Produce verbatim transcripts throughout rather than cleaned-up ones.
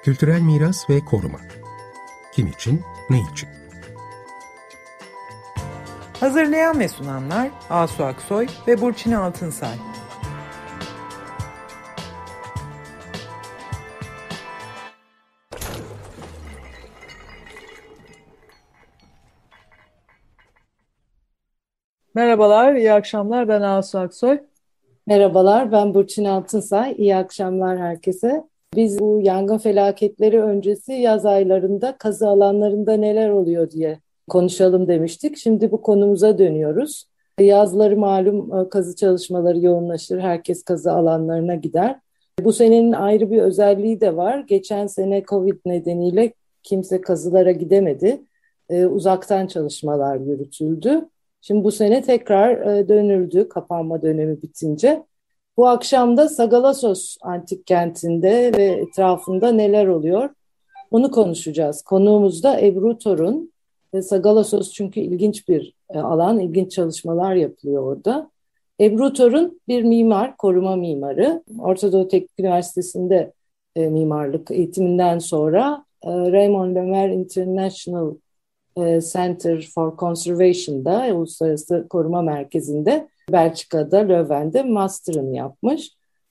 Kültürel miras ve koruma. Kim için, ne için? Hazırlayan ve sunanlar Asu Aksoy ve Burçin Altınsay. Merhabalar, iyi akşamlar. Ben Asu Aksoy. Merhabalar, ben Burçin Altınsay. İyi akşamlar herkese. Biz bu yangın felaketleri öncesi yaz aylarında kazı alanlarında neler oluyor diye konuşalım demiştik. Şimdi bu konumuza dönüyoruz. Yazları malum kazı çalışmaları yoğunlaşır, herkes kazı alanlarına gider. Bu senenin ayrı bir özelliği de var. Geçen sene Covid nedeniyle kimse kazılara gidemedi. Ee, uzaktan çalışmalar yürütüldü. Şimdi bu sene tekrar dönüldü kapanma dönemi bitince. Bu akşam da Sagalassos Antik Kenti'nde ve etrafında neler oluyor onu konuşacağız. Konuğumuz da Ebru Torun. Sagalassos çünkü ilginç bir alan, ilginç çalışmalar yapılıyor orada. Ebru Torun bir mimar, koruma mimarı. Orta Doğu Teknik Üniversitesi'nde mimarlık eğitiminden sonra Raymond Lemer International Center for Conservation'da, Uluslararası Koruma Merkezi'nde, Belçika'da, Leuven'de master'ını yapmış.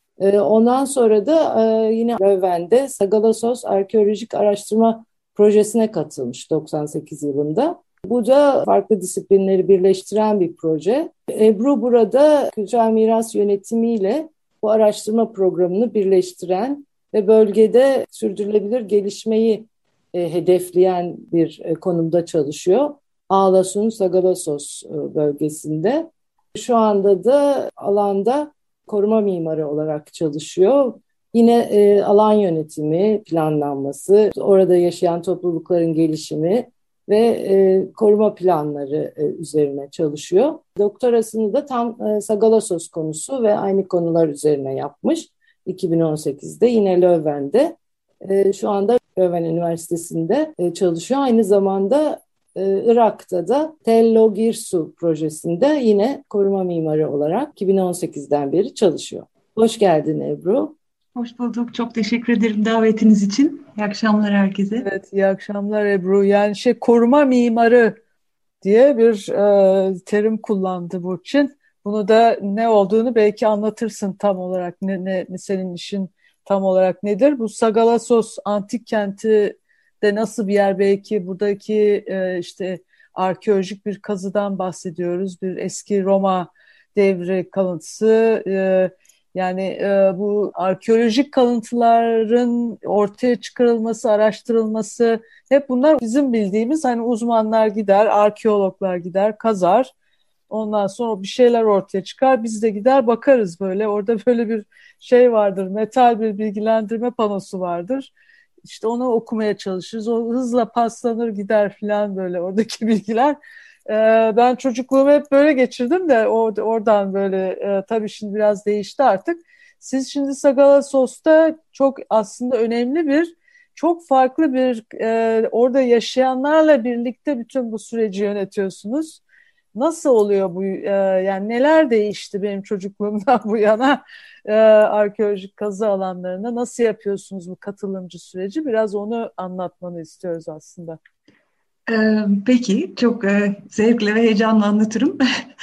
Ondan sonra da yine Leuven'de Sagalassos Arkeolojik Araştırma Projesi'ne katılmış doksan sekiz yılında. Bu da farklı disiplinleri birleştiren bir proje. Ebru burada kültürel miras yönetimiyle bu araştırma programını birleştiren ve bölgede sürdürülebilir gelişmeyi E, hedefleyen bir e, konumda çalışıyor. Ağlasun Sagalassos e, bölgesinde. Şu anda da alanda koruma mimarı olarak çalışıyor. Yine e, alan yönetimi, planlanması, orada yaşayan toplulukların gelişimi ve e, koruma planları e, üzerine çalışıyor. Doktorasını da tam e, Sagalassos konusu ve aynı konular üzerine yapmış. iki bin on sekizde yine Leuven'de. E, şu anda Leuven Üniversitesi'nde e, çalışıyor. Aynı zamanda e, Irak'ta da Tello Girsu projesinde yine koruma mimarı olarak iki bin on sekizden beri çalışıyor. Hoş geldin Ebru. Hoş bulduk. Çok teşekkür ederim davetiniz için. İyi akşamlar herkese. Evet, iyi akşamlar Ebru. Yani şey koruma mimarı diye bir e, terim kullandı Burçin. Bunu da ne olduğunu belki anlatırsın tam olarak. Ne, ne senin işin tam olarak nedir? Bu Sagalassos Antik Kenti de nasıl bir yer, belki buradaki e, işte arkeolojik bir kazıdan bahsediyoruz. Bir eski Roma devri kalıntısı. E, yani e, bu arkeolojik kalıntıların ortaya çıkarılması, araştırılması, hep bunlar bizim bildiğimiz, hani uzmanlar gider, arkeologlar gider, kazar. Ondan sonra bir şeyler ortaya çıkar. Biz de gider bakarız böyle. Orada böyle bir şey vardır. Metal bir bilgilendirme panosu vardır. İşte onu okumaya çalışırız. O hızla paslanır gider falan böyle oradaki bilgiler. Ee, ben çocukluğumu hep böyle geçirdim de or- oradan böyle e, tabii şimdi biraz değişti artık. Siz şimdi Sagalassos'ta çok aslında önemli bir, çok farklı bir e, orada yaşayanlarla birlikte bütün bu süreci yönetiyorsunuz. Nasıl oluyor bu? E, yani neler değişti benim çocukluğumdan bu yana e, arkeolojik kazı alanlarına? Nasıl yapıyorsunuz bu katılımcı süreci? Biraz onu anlatmanı istiyoruz aslında. Ee, peki, çok e, zevkle ve heyecanla anlatırım.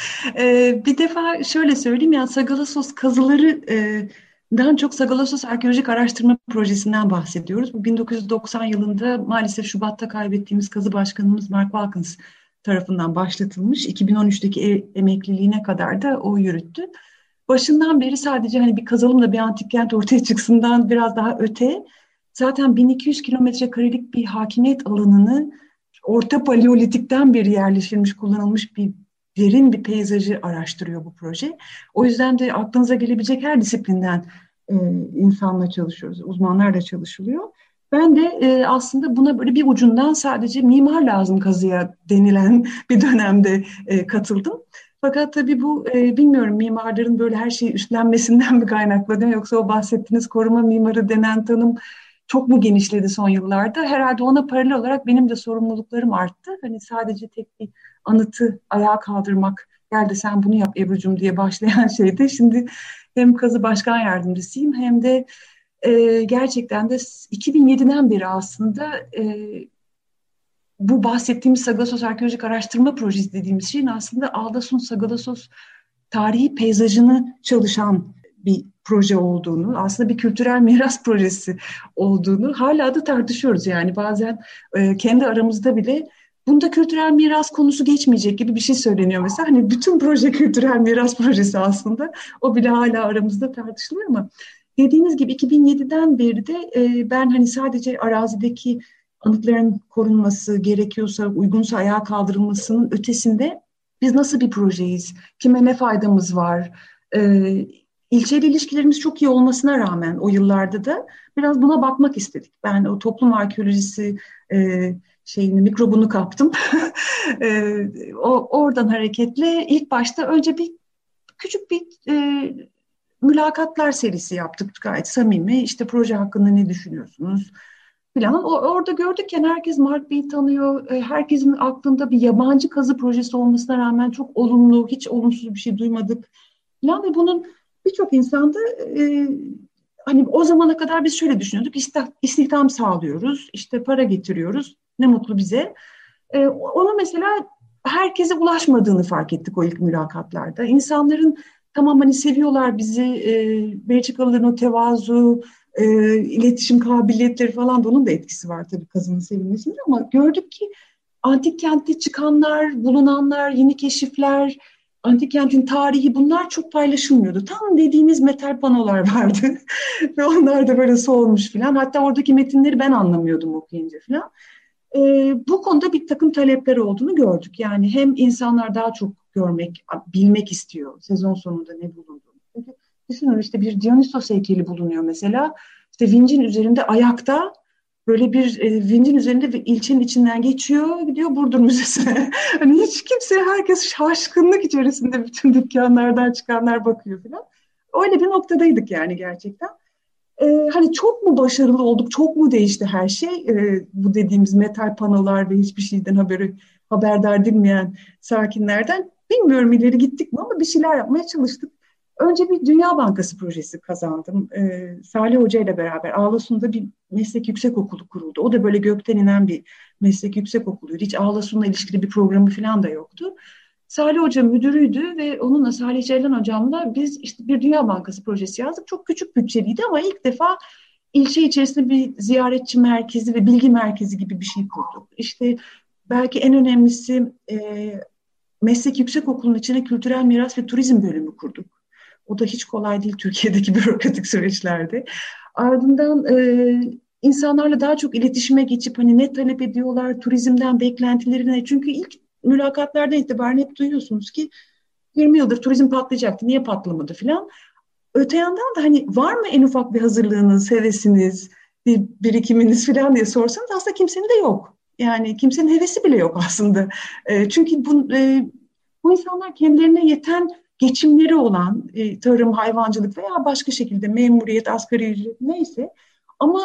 e, bir defa şöyle söyleyeyim, yani Sagalassos kazıları e, daha çok Sagalassos Arkeolojik Araştırma Projesi'nden bahsediyoruz. Bu bin dokuz yüz doksan yılında maalesef Şubat'ta kaybettiğimiz kazı başkanımız Mark Wilkins tarafından başlatılmış. iki bin on üçteki e, emekliliğine kadar da o yürüttü. Başından beri sadece hani bir kazalım da bir antik kent ortaya çıksından biraz daha öte, zaten bin iki yüz kilometre karelik bir hakimiyet alanını Orta Paleolitik'ten beri yerleştirilmiş, kullanılmış bir derin bir peyzajı araştırıyor bu proje. O yüzden de aklınıza gelebilecek her disiplinden e, insanla çalışıyoruz, uzmanlarla çalışılıyor. Ben de e, aslında buna böyle bir ucundan sadece mimar lazım kazıya denilen bir dönemde e, katıldım. Fakat tabii bu e, bilmiyorum, mimarların böyle her şeyi üstlenmesinden mi kaynaklanıyor, yoksa o bahsettiğiniz koruma mimarı denen tanım çok mu genişledi son yıllarda? Herhalde ona paralel olarak benim de sorumluluklarım arttı. Hani sadece tek bir anıtı ayağa kaldırmak, gel de sen bunu yap Ebru'cum diye başlayan şeydi. Şimdi hem kazı başkan yardımcısıyım hem de e, gerçekten de iki bin yediden beri aslında e, bu bahsettiğimiz Sagalassos Arkeolojik Araştırma Projesi dediğimiz şeyin aslında Aldasun Sagalassos tarihi peyzajını çalışan bir proje olduğunu, aslında bir kültürel miras projesi olduğunu hala da tartışıyoruz. Yani bazen e, kendi aramızda bile bunda kültürel miras konusu geçmeyecek gibi bir şey söyleniyor mesela. Hani bütün proje kültürel miras projesi aslında. O bile hala aramızda tartışılıyor ama dediğiniz gibi iki bin yediden beri de e, ben hani sadece arazideki anıtların korunması gerekiyorsa, uygunsa ayağa kaldırılmasının ötesinde biz nasıl bir projeyiz? Kime ne faydamız var? Ee, ilçeyle ilişkilerimiz çok iyi olmasına rağmen o yıllarda da biraz buna bakmak istedik. Ben o toplum arkeolojisi e, şeyini, mikrobunu kaptım. e, o, oradan hareketle ilk başta önce bir küçük bir e, mülakatlar serisi yaptık gayet samimi. İşte proje hakkında ne düşünüyorsunuz? Falan. O, orada gördük yani herkes Mark Bey'i tanıyor. E, herkesin aklında bir yabancı kazı projesi olmasına rağmen çok olumlu, hiç olumsuz bir şey duymadık. Falan. Ve bunun birçok insanda e, hani o zamana kadar biz şöyle düşünüyorduk. İstih- istihdam sağlıyoruz, işte para getiriyoruz. Ne mutlu bize. E, ona mesela herkese ulaşmadığını fark ettik o ilk mülakatlarda. İnsanların tamam hani seviyorlar bizi, e, Belçikalıların o tevazu, e, iletişim kabiliyetleri falan da onun da etkisi var tabii kazının sevilmesinde ama gördük ki antik kentte çıkanlar, bulunanlar, yeni keşifler, antik kentin tarihi bunlar çok paylaşılmıyordu. Tam dediğimiz metal panolar vardı ve onlar da böyle solmuş falan. Hatta oradaki metinleri ben anlamıyordum okuyunca falan. E, bu konuda bir takım talepler olduğunu gördük. Yani hem insanlar daha çok görmek, bilmek istiyor sezon sonunda ne bulunduğunu. Çünkü düşünün işte bir Dionysos heykeli bulunuyor mesela. İşte vincin üzerinde ayakta böyle bir e, vincin üzerinde bir ilçenin içinden geçiyor, gidiyor Burdur Müzesi'ne. Hani hiç kimse, herkes şaşkınlık içerisinde bütün dükkanlardan çıkanlar bakıyor falan. Öyle bir noktadaydık yani gerçekten. Ee, hani çok mu başarılı olduk, çok mu değişti her şey? Ee, bu dediğimiz metal panolar ve hiçbir şeyden haberi haberdar edilmeyen sakinlerden. Bilmiyorum ileri gittik mi ama bir şeyler yapmaya çalıştık. Önce bir Dünya Bankası projesi kazandım. Ee, Salih Hoca ile beraber Ağlasun'da bir meslek yüksekokulu kuruldu. O da böyle gökten inen bir meslek yüksekokuluydu. Hiç Ağlasun'la ilişkili bir programı falan da yoktu. Salih Hoca müdürüydü ve onunla Salih Ceylan Hocam'la biz işte bir Dünya Bankası projesi yazdık. Çok küçük bütçeliydi ama ilk defa ilçe içerisinde bir ziyaretçi merkezi ve bilgi merkezi gibi bir şey kurduk. İşte belki en önemlisi e, meslek yüksekokulu'nun içine kültürel miras ve turizm bölümü kurduk. O da hiç kolay değil Türkiye'deki bürokratik süreçlerde. Ardından e, insanlarla daha çok iletişime geçip hani ne talep ediyorlar, turizmden beklentilerine. Çünkü ilk mülakatlardan itibaren hep duyuyorsunuz ki yirmi yıldır turizm patlayacaktı, niye patlamadı filan. Öte yandan da hani var mı en ufak bir hazırlığınız, hevesiniz, bir birikiminiz filan diye sorsanız aslında kimsenin de yok. Yani kimsenin hevesi bile yok aslında. E, çünkü bu, e, bu insanlar kendilerine yeten geçimleri olan e, tarım, hayvancılık veya başka şekilde memuriyet, asgari ücret neyse ama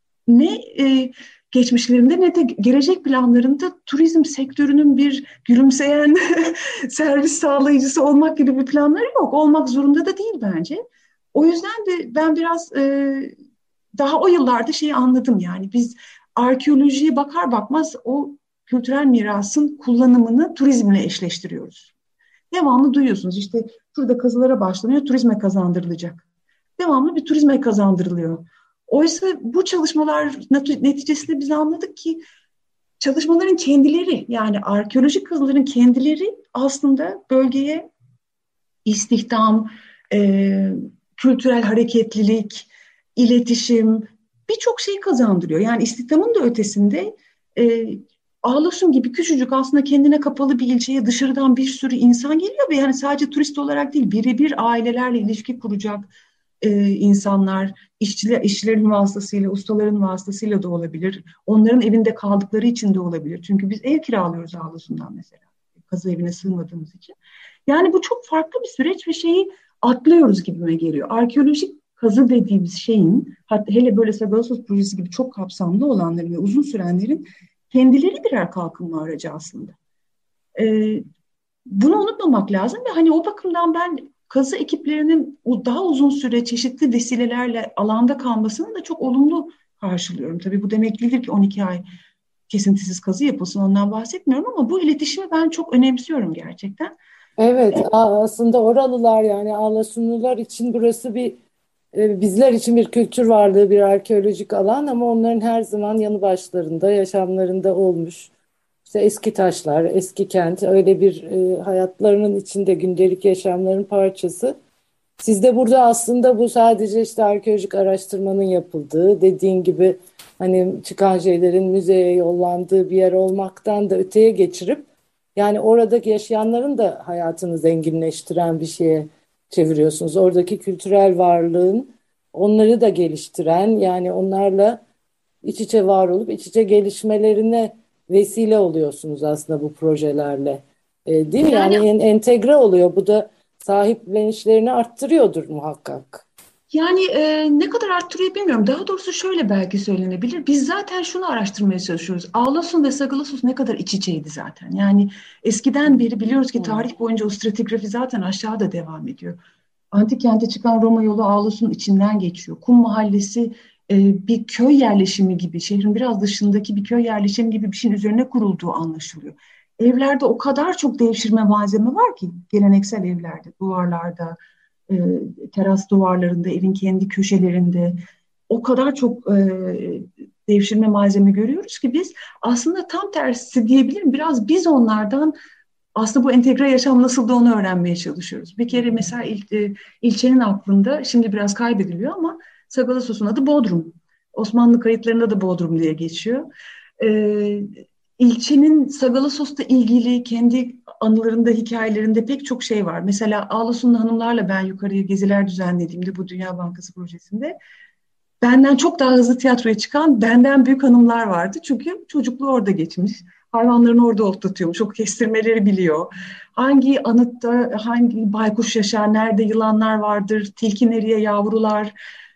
ne e, geçmişlerinde ne de gelecek planlarında turizm sektörünün bir gülümseyen servis sağlayıcısı olmak gibi bir planları yok. Olmak zorunda da değil bence. O yüzden de ben biraz e, daha o yıllarda şeyi anladım yani biz arkeolojiye bakar bakmaz o kültürel mirasın kullanımını turizmle eşleştiriyoruz. Devamlı duyuyorsunuz işte şurada kazılara başlanıyor, turizme kazandırılacak. Devamlı bir turizme kazandırılıyor. Oysa bu çalışmalar neticesinde biz anladık ki çalışmaların kendileri yani arkeolojik kazıların kendileri aslında bölgeye istihdam, e, kültürel hareketlilik, iletişim birçok şey kazandırıyor. Yani istihdamın da ötesinde e, Ağlasun gibi küçücük aslında kendine kapalı bir ilçeye dışarıdan bir sürü insan geliyor ve yani sadece turist olarak değil birebir ailelerle ilişki kuracak e, insanlar, işçiler, işçilerin vasıtasıyla, ustaların vasıtasıyla da olabilir. Onların evinde kaldıkları için de olabilir. Çünkü biz ev kiralıyoruz Ağlasun'dan mesela. Kazı evine sığmadığımız için. Yani bu çok farklı bir süreç ve şeyi atlıyoruz gibime geliyor. Arkeolojik kazı dediğimiz şeyin, hele böyle Sagalassos projesi gibi çok kapsamlı olanların ve uzun sürenlerin kendileri birer kalkınma aracı aslında. Ee, bunu unutmamak lazım ve hani o bakımdan ben kazı ekiplerinin daha uzun süre çeşitli vesilelerle alanda kalmasını da çok olumlu karşılıyorum. Tabii bu demek değildir ki on iki ay kesintisiz kazı yapılsın, ondan bahsetmiyorum ama bu iletişimi ben çok önemsiyorum gerçekten. Evet, aslında oralılar yani Ağlasunlular için burası bir e, bizler için bir kültür varlığı, bir arkeolojik alan ama onların her zaman yanı başlarında, yaşamlarında olmuş. İşte eski taşlar, eski kent öyle bir e, hayatlarının içinde gündelik yaşamların parçası. Siz de burada aslında bu sadece işte arkeolojik araştırmanın yapıldığı, dediğin gibi hani çıkan şeylerin müzeye yollandığı bir yer olmaktan da öteye geçirip yani oradaki yaşayanların da hayatını zenginleştiren bir şeye çeviriyorsunuz. Oradaki kültürel varlığın onları da geliştiren, yani onlarla iç içe var olup iç içe gelişmelerine vesile oluyorsunuz aslında bu projelerle. E, değil mi? Yani, Yani en- entegre oluyor. Bu da sahiplenişlerini arttırıyordur muhakkak. Yani e, ne kadar arttırıyor bilmiyorum. Daha doğrusu şöyle belki söylenebilir. Biz zaten şunu araştırmaya çalışıyoruz. Ağlasun ve Sagalassos ne kadar iç içeydi zaten. Yani eskiden beri biliyoruz ki tarih boyunca o stratigrafi zaten aşağıda devam ediyor. Antik kente çıkan Roma yolu Ağlasun içinden geçiyor. Kum Mahallesi e, bir köy yerleşimi gibi, şehrin biraz dışındaki bir köy yerleşimi gibi bir şeyin üzerine kurulduğu anlaşılıyor. Evlerde o kadar çok devşirme malzeme var ki, geleneksel evlerde, duvarlarda, e, teras duvarlarında, evin kendi köşelerinde o kadar çok e, devşirme malzeme görüyoruz ki biz aslında tam tersi diyebilirim. Biraz biz onlardan aslında bu entegre yaşam nasıl da onu öğrenmeye çalışıyoruz. Bir kere mesela il, e, ilçenin aklında şimdi biraz kaybediliyor ama Sagalassos'un adı Bodrum. Osmanlı kayıtlarında da Bodrum diye geçiyor. E, ilçenin Sagalassos'la ilgili kendi anılarında, hikayelerinde pek çok şey var. Mesela Ağlasunlu hanımlarla ben yukarıya geziler düzenlediğimde bu Dünya Bankası projesinde benden çok daha hızlı tiyatroya çıkan benden büyük hanımlar vardı. Çünkü çocukluğu orada geçmiş. Hayvanlarını orada otlatıyormuş. O kestirmeleri biliyor. Hangi anıtta hangi baykuş yaşar, nerede yılanlar vardır, tilki nereye yavrular.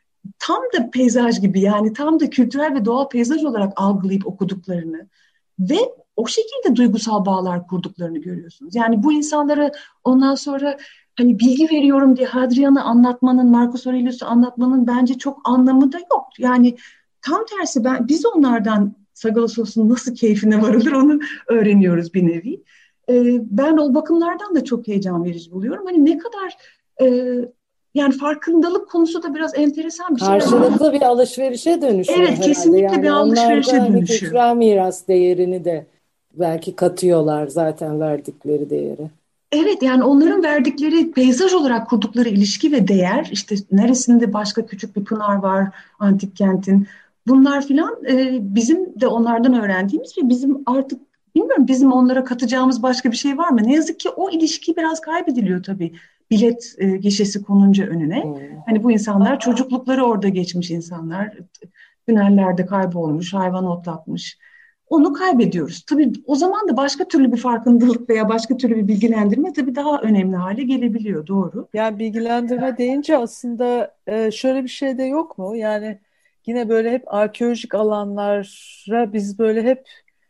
Tam da peyzaj gibi, yani tam da kültürel ve doğal peyzaj olarak algılayıp okuduklarını ve o şekilde duygusal bağlar kurduklarını görüyorsunuz. Yani bu insanlara ondan sonra hani bilgi veriyorum diye Hadrian'ı anlatmanın, Marcus Aurelius'u anlatmanın bence çok anlamı da yok. Yani tam tersi, ben biz onlardan Sagalassos'un nasıl keyfine varılır onu öğreniyoruz bir nevi. Ee, ben o bakımlardan da çok heyecan verici buluyorum. Hani ne kadar e, yani farkındalık konusu da biraz enteresan bir şey. Karşılıklı bir alışverişe dönüşüyor Evet, herhalde. kesinlikle Yani bir onlar da alışverişe hani dönüşüyor. kültürel miras değerini de belki katıyorlar zaten verdikleri değeri. Evet, yani onların verdikleri peyzaj olarak kurdukları ilişki ve değer, işte neresinde başka küçük bir pınar var antik kentin, bunlar filan e, bizim de onlardan öğrendiğimiz ve bizim artık bilmiyorum, bizim onlara katacağımız başka bir şey var mı? Ne yazık ki o ilişki biraz kaybediliyor tabii bilet e, gişesi konunca önüne. Hmm. Hani bu insanlar çocuklukları orada geçmiş insanlar, tünellerde kaybolmuş, hayvan otlatmış. Onu kaybediyoruz. Tabii o zaman da başka türlü bir farkındalık veya başka türlü bir bilgilendirme tabii daha önemli hale gelebiliyor. Doğru. Yani bilgilendirme deyince aslında e, şöyle bir şey de yok mu? Yani yine böyle hep arkeolojik alanlara biz böyle hep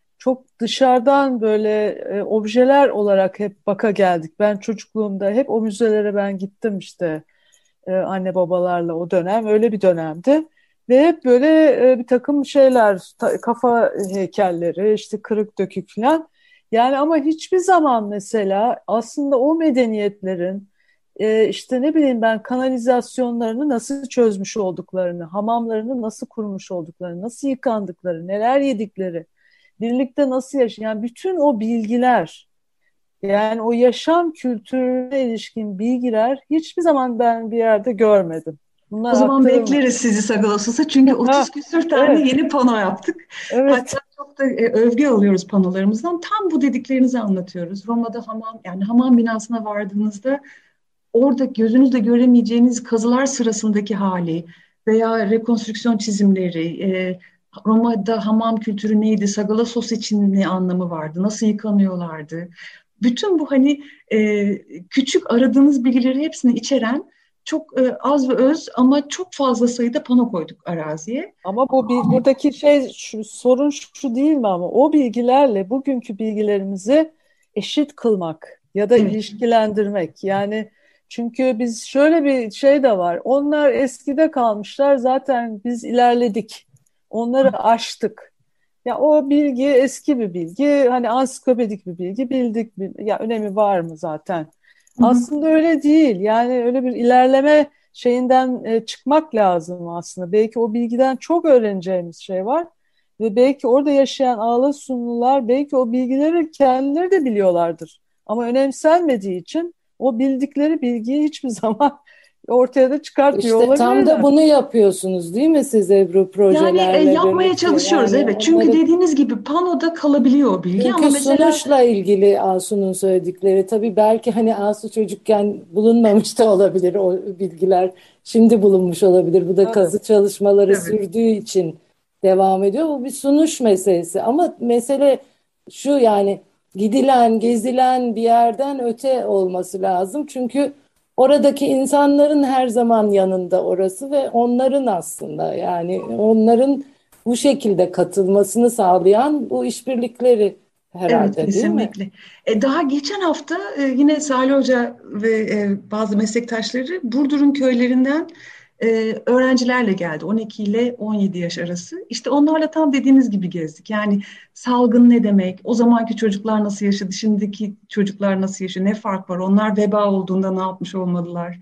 çok dışarıdan böyle e, objeler olarak hep baka geldik. Ben çocukluğumda hep o müzelere ben gittim işte e, anne babalarla, o dönem öyle bir dönemdi. Ve hep böyle e, bir takım şeyler, ta- kafa heykelleri, işte kırık dökük falan. Yani ama hiçbir zaman mesela aslında o medeniyetlerin e, işte ne bileyim ben kanalizasyonlarını nasıl çözmüş olduklarını, hamamlarını nasıl kurmuş olduklarını, nasıl yıkandıkları, neler yedikleri, birlikte nasıl yaşayan, yani bütün o bilgiler, yani o yaşam kültürüne ilişkin bilgiler hiçbir zaman ben bir yerde görmedim. O Bunlar zaman aktarılmadı. bekleriz sizi Sagalassos'a çünkü otuz Ha, küsür tane evet, yeni pano yaptık. Hatta evet. çok da e, övgü alıyoruz panolarımızdan. Tam bu dediklerinizi anlatıyoruz. Roma'da hamam, yani hamam binasına vardığınızda orada gözünüzle göremeyeceğiniz kazılar sırasındaki hali veya rekonstrüksiyon çizimleri, e, Roma'da hamam kültürü neydi, Sagalassos için ne anlamı vardı, nasıl yıkanıyorlardı. Bütün bu hani e, küçük aradığınız bilgileri hepsini içeren çok e, az ve öz ama çok fazla sayıda pano koyduk araziye. Ama bu bir, buradaki şey şu, sorun şu değil mi, ama o bilgilerle bugünkü bilgilerimizi eşit kılmak ya da Evet. ilişkilendirmek. Yani Çünkü biz şöyle bir şey de var. Onlar eskide kalmışlar. Zaten biz ilerledik. Onları aştık. Ya o bilgi eski bir bilgi. Hani ansiklopedik bir bilgi. Bildik. Ya önemi var mı zaten? Hı hı. Aslında öyle değil. Yani öyle bir ilerleme şeyinden e, çıkmak lazım aslında. Belki o bilgiden çok öğreneceğimiz şey var. Ve belki orada yaşayan Ağlasunlular belki o bilgileri kendileri de biliyorlardır. Ama önemsenmediği için o bildikleri bilgiyi hiçbir zaman ortaya da çıkartmıyor İşte tam da olabilirler. bunu yapıyorsunuz değil mi siz Ebru Yani e, projelerle yapmaya birlikte? çalışıyoruz, Yani evet. Çünkü onları, dediğiniz gibi panoda kalabiliyor o bilgi ama çünkü mesela sunuşla ilgili Asu'nun söyledikleri tabii belki hani Asu çocukken bulunmamış da olabilir o bilgiler. Şimdi bulunmuş olabilir. Bu da Tabii. kazı çalışmaları tabii. sürdüğü için devam ediyor. Bu bir sunuş meselesi. Ama mesele şu, yani gidilen, gezilen bir yerden öte olması lazım. Çünkü oradaki insanların her zaman yanında orası ve onların aslında yani onların bu şekilde katılmasını sağlayan bu işbirlikleri Evet, herhalde değil mi? kesinlikle. E, daha geçen hafta e, yine Salih Hoca ve e, bazı meslektaşları Burdur'un köylerinden e, öğrencilerle geldi. on iki ile on yedi yaş arası. İşte onlarla tam dediğiniz gibi gezdik. Yani salgın ne demek? O zamanki çocuklar nasıl yaşadı? Şimdiki çocuklar nasıl yaşıyor? Ne fark var? Onlar veba olduğunda ne yapmış olmalılar?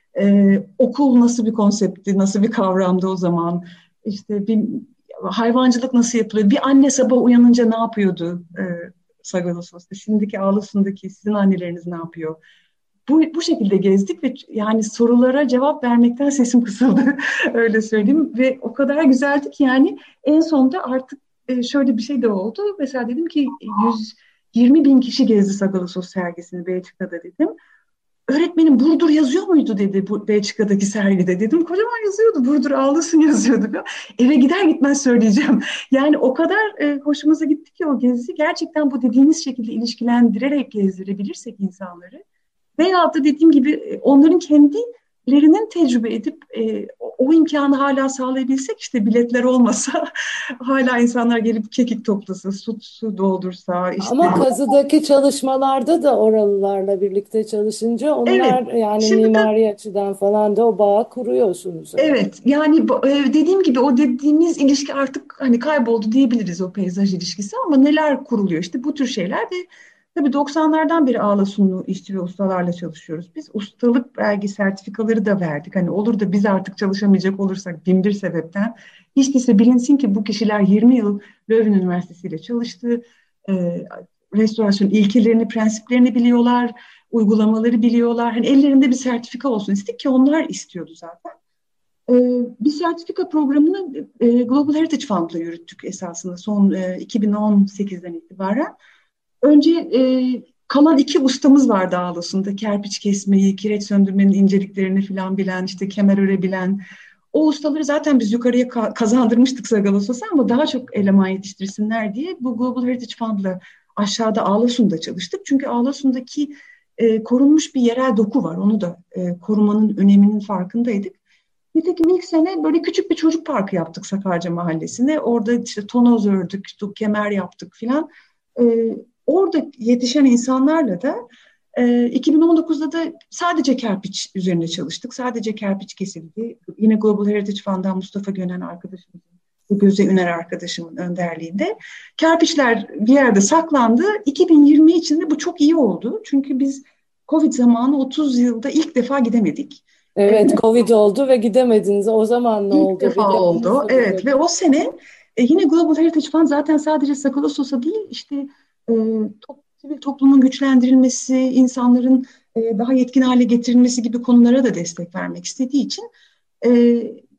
E, okul nasıl bir konseptti? Nasıl bir kavramdı o zaman? İşte bir hayvancılık nasıl yapılıyor? Bir anne sabah uyanınca ne yapıyordu? E, Sagalasos'ta. Şimdiki Ağlasun'daki sizin anneleriniz ne yapıyor? Bu, bu şekilde gezdik ve yani sorulara cevap vermekten sesim kısıldı. Öyle söyleyeyim. Ve o kadar güzeldi ki yani en sonunda artık e, şöyle bir şey de oldu. Mesela dedim ki yüz yirmi bin kişi gezdi Sagalassos sergisini Belçika'da dedim. Öğretmenim Burdur yazıyor muydu dedi bu Belçika'daki sergide. Dedim kocaman yazıyordu. Burdur Ağlasın yazıyordu. Eve gider gitmez söyleyeceğim. Yani o kadar e, hoşumuza gitti ki o gezi. Gerçekten bu dediğiniz şekilde ilişkilendirerek gezdirebilirsek insanları. Veyahut da dediğim gibi e, onların kendilerinin tecrübe edip e, o, o imkanı hala sağlayabilsek işte biletler olmasa hala insanlar gelip kekik toplasa, su, su doldursa işte. Ama kazıdaki çalışmalarda da oralılarla birlikte çalışınca Evet. onlar yani Şimdi tabii. mimari açıdan falan da o bağı kuruyorsunuz herhalde. Evet, yani bu- e, dediğim gibi o dediğimiz ilişki artık hani kayboldu diyebiliriz, o peyzaj ilişkisi, ama neler kuruluyor işte bu tür şeyler. Ve tabii doksanlardan beri Ağlasunlu işçi ve ustalarla çalışıyoruz. Biz ustalık belge sertifikaları da verdik. Hani olur da biz artık çalışamayacak olursak bin bir sebepten hiç değilse bilinsin ki bu kişiler yirmi yıl Leuven Üniversitesi ile çalıştı. E, restorasyon ilkelerini, prensiplerini biliyorlar, uygulamaları biliyorlar. Hani ellerinde bir sertifika olsun istedik ki onlar istiyordu zaten. Ee, bir sertifika programını e, Global Heritage Fund'la yürüttük esasında son e, iki bin on sekizden itibaren. Önce e, kalan iki ustamız vardı Ağlasun'da. Kerpiç kesmeyi, kireç söndürmenin inceliklerini falan bilen, işte kemer örebilen. O ustaları zaten biz yukarıya ka- kazandırmıştık Sagalasos'a ama daha çok eleman yetiştirsinler diye bu Global Heritage Fund'la aşağıda Ağlasun'da çalıştık. Çünkü Ağlasun'daki e, korunmuş bir yerel doku var. Onu da e, korumanın öneminin farkındaydık. Nitekim ilk sene böyle küçük bir çocuk parkı yaptık Sakarca Mahallesi'ne. Orada işte tonoz ördük, kemer yaptık filan. Ee, orada yetişen insanlarla da e, iki bin on dokuzda da sadece kerpiç üzerine çalıştık. Sadece kerpiç kesildi. Yine Global Heritage Fund'dan Mustafa Gönen arkadaşımızın, Göze Üner arkadaşımın önderliğinde. Kerpiçler bir yerde saklandı. iki bin yirmi içinde bu çok iyi oldu. Çünkü biz Covid zamanı otuz yılda ilk defa gidemedik. Evet, Covid oldu ve gidemediniz. O zaman ne İlk oldu? Bir defa de onu oldu. Evet, ve soracağım. o sene e, yine Global Heritage Fund zaten sadece Sakalossos'a değil, işte e, top, sivil toplumun güçlendirilmesi, insanların e, daha yetkin hale getirilmesi gibi konulara da destek vermek istediği için e,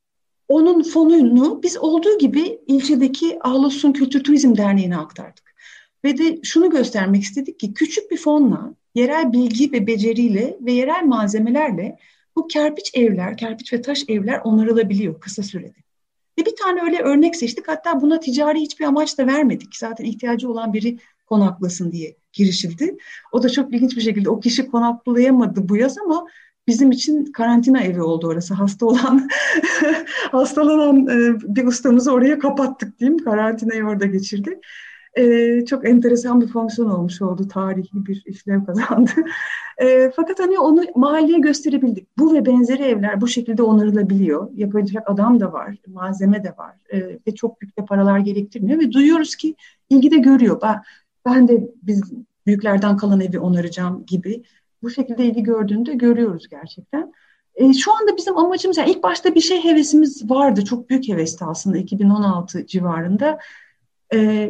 onun fonunu biz olduğu gibi ilçedeki Ağlasun Kültür Turizm Derneği'ne aktardık. Ve de şunu göstermek istedik ki küçük bir fonla, yerel bilgi ve beceriyle ve yerel malzemelerle bu kerpiç evler, kerpiç ve taş evler onarılabiliyor kısa sürede. Ve bir tane öyle örnek seçtik. Hatta buna ticari hiçbir amaç da vermedik. Zaten ihtiyacı olan biri konaklasın diye girişildi. O da çok ilginç bir şekilde o kişi konaklayamadı bu yaz ama bizim için karantina evi oldu orası. Hasta olan, hastalanan bir ustamızı oraya kapattık diyeyim. Karantinayı orada geçirdi. E, çok enteresan bir fonksiyon olmuş oldu. Tarihi bir işlev kazandı. E, fakat hani onu mahalleye gösterebildik. Bu ve benzeri evler bu şekilde onarılabiliyor. Yapacak adam da var, malzeme de var. E, ve çok büyük de paralar gerektirmiyor. Ve duyuyoruz ki ilgi de görüyor. Ben, ben de biz büyüklerden kalan evi onaracağım gibi. Bu şekilde ilgi gördüğünü de görüyoruz gerçekten. E, şu anda bizim amacımız, yani ilk başta bir şey hevesimiz vardı. Çok büyük hevesti aslında iki bin on altı civarında. E,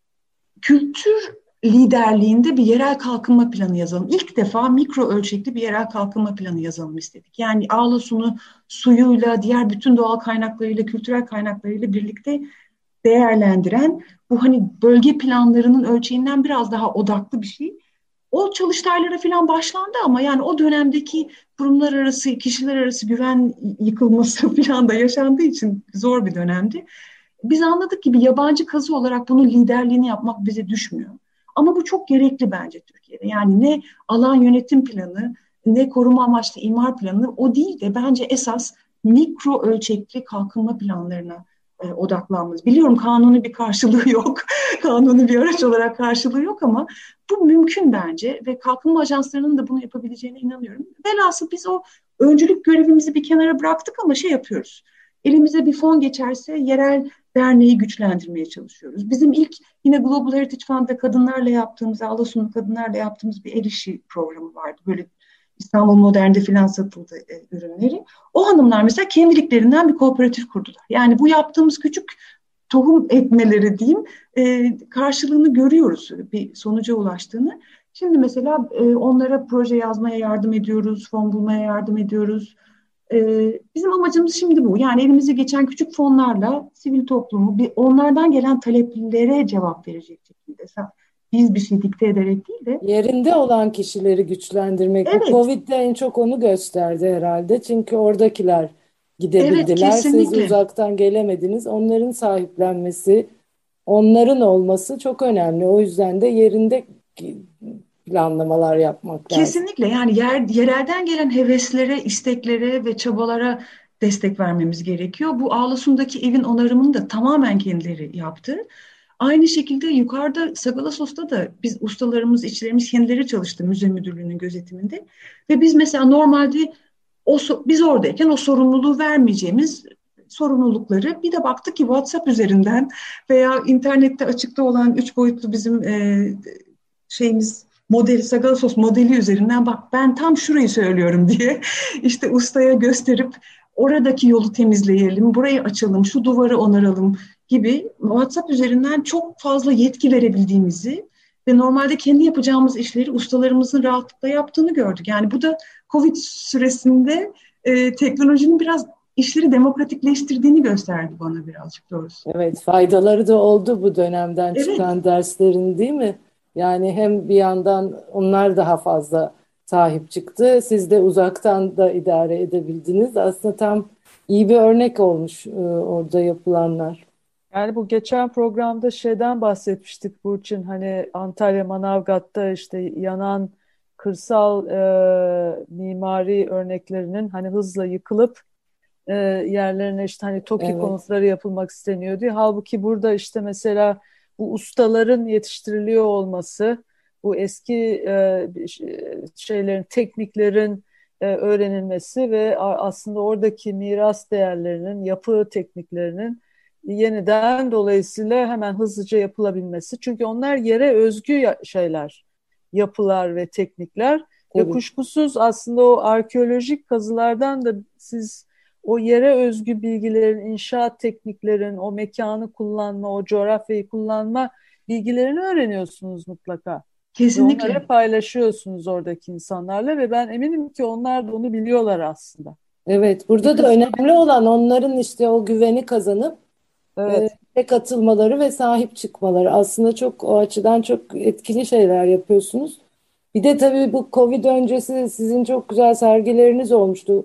Kültür liderliğinde bir yerel kalkınma planı yazalım. İlk defa mikro ölçekli bir yerel kalkınma planı yazalım istedik. Yani Ağlasun'u suyuyla, diğer bütün doğal kaynaklarıyla, kültürel kaynaklarıyla birlikte değerlendiren, bu hani bölge planlarının ölçeğinden biraz daha odaklı bir şey. O çalıştaylara falan başlandı ama yani o dönemdeki kurumlar arası, kişiler arası güven yıkılması falan da yaşandığı için zor bir dönemdi. Biz anladık ki bir yabancı kazı olarak bunun liderliğini yapmak bize düşmüyor. Ama bu çok gerekli bence Türkiye'de. Yani ne alan yönetim planı, ne koruma amaçlı imar planı, o değil de bence esas mikro ölçekli kalkınma planlarına e, odaklanmamız. Biliyorum kanuni bir karşılığı yok, kanuni bir araç olarak karşılığı yok ama bu mümkün bence ve kalkınma ajanslarının da bunu yapabileceğine inanıyorum. Velhasıl biz o öncülük görevimizi bir kenara bıraktık ama şey yapıyoruz. Elimize bir fon geçerse yerel derneği güçlendirmeye çalışıyoruz. Bizim ilk yine Global Heritage Fund'da kadınlarla yaptığımız, Ağlasunlu kadınlarla yaptığımız bir el işi programı vardı. Böyle İstanbul Modern'de filan satıldı e, ürünleri. O hanımlar mesela kendiliklerinden bir kooperatif kurdular. Yani bu yaptığımız küçük tohum ekmeleri diyeyim e, karşılığını görüyoruz, bir sonuca ulaştığını. Şimdi mesela e, onlara proje yazmaya yardım ediyoruz, fon bulmaya yardım ediyoruz. Ee, bizim amacımız şimdi bu. Yani elimize geçen küçük fonlarla sivil toplumu, bir, onlardan gelen taleplere cevap verecek şekilde. Biz bir şey dikte ederek değil de. Yerinde olan kişileri güçlendirmek. Evet. Bu Covid'de en çok onu gösterdi herhalde. Çünkü oradakiler gidebildiler. Evet, Siz uzaktan gelemediniz. Onların sahiplenmesi, onların olması çok önemli. O yüzden de yerinde planlamalar yapmak lazım. Kesinlikle, yani yer, yerelden gelen heveslere, isteklere ve çabalara destek vermemiz gerekiyor. Bu Ağlasun'daki evin onarımını da tamamen kendileri yaptı. Aynı şekilde yukarıda Sagalasos'ta da biz ustalarımız, işçilerimiz kendileri çalıştı müze müdürlüğünün gözetiminde. Ve biz mesela normalde o, biz oradayken o sorumluluğu vermeyeceğimiz sorumlulukları bir de baktık ki WhatsApp üzerinden veya internette açıkta olan üç boyutlu bizim e, şeyimiz, modeli, Sagalassos modeli üzerinden bak ben tam şurayı söylüyorum diye işte ustaya gösterip oradaki yolu temizleyelim, burayı açalım, şu duvarı onaralım gibi WhatsApp üzerinden çok fazla yetki verebildiğimizi ve normalde kendi yapacağımız işleri ustalarımızın rahatlıkla yaptığını gördük. Yani bu da Covid süresinde e, teknolojinin biraz işleri demokratikleştirdiğini gösterdi bana birazcık doğrusu. Evet, faydaları da oldu bu dönemden evet. çıkan derslerin, değil mi? Yani hem bir yandan onlar daha fazla sahip çıktı. Siz de uzaktan da idare edebildiniz. Aslında tam iyi bir örnek olmuş e, orada yapılanlar. Yani bu geçen programda şeyden bahsetmiştik Burçin. Hani Antalya Manavgat'ta işte yanan kırsal e, mimari örneklerinin hani hızla yıkılıp e, yerlerine işte hani TOKİ Evet. konutları yapılmak isteniyor diye. Halbuki burada işte mesela bu ustaların yetiştiriliyor olması, bu eski e, şeylerin, tekniklerin e, öğrenilmesi ve aslında oradaki miras değerlerinin, yapı tekniklerinin yeniden dolayısıyla hemen hızlıca yapılabilmesi. Çünkü onlar yere özgü şeyler, yapılar ve teknikler. Tabii. Ve kuşkusuz aslında o arkeolojik kazılardan da siz o yere özgü bilgilerin, inşaat tekniklerin, o mekanı kullanma, o coğrafyayı kullanma bilgilerini öğreniyorsunuz mutlaka. Kesinlikle. Ve onları paylaşıyorsunuz oradaki insanlarla ve ben eminim ki onlar da onu biliyorlar aslında. Evet, burada da önemli olan onların işte o güveni kazanıp evet. e, katılmaları ve sahip çıkmaları. Aslında çok o açıdan çok etkili şeyler yapıyorsunuz. Bir de tabii bu Covid öncesi sizin çok güzel sergileriniz olmuştu.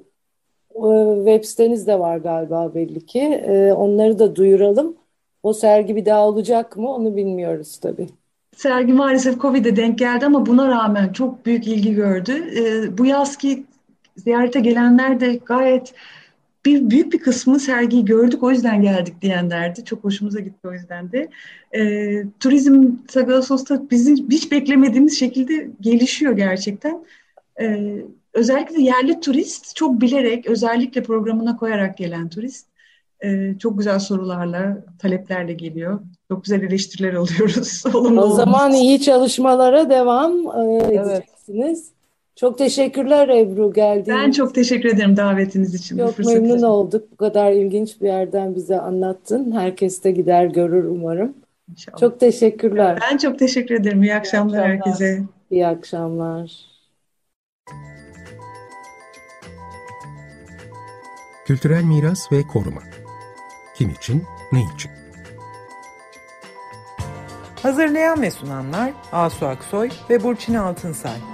Web siteniz de var galiba belli ki. E, onları da duyuralım. O sergi bir daha olacak mı onu bilmiyoruz tabii. Sergi maalesef Covid'e denk geldi ama buna rağmen çok büyük ilgi gördü. E, bu yazki ziyarete gelenler de gayet bir büyük bir kısmı sergiyi gördük o yüzden geldik diyenlerdi. Çok hoşumuza gitti o yüzden de. E, turizm Sagalasos'ta bizim hiç beklemediğimiz şekilde gelişiyor gerçekten. E, özellikle yerli turist çok bilerek, özellikle programına koyarak gelen turist e, çok güzel sorularla, taleplerle geliyor. Çok güzel eleştiriler alıyoruz. Olumlu O zaman olumsuz. iyi çalışmalara devam e, Evet. edeceksiniz. Çok teşekkürler Ebru, geldiğiniz Ben çok teşekkür ederim davetiniz için, bu Çok fırsat memnun için. olduk. Bu kadar ilginç bir yerden bize anlattın. Herkes de gider görür umarım. İnşallah. Çok teşekkürler. Ben çok teşekkür ederim. İyi akşamlar akşamlar. herkese. İyi akşamlar. Kültürel miras ve koruma. Kim için, ne için? Hazırlayan ve sunanlar Asu Aksoy ve Burçin Altınsay.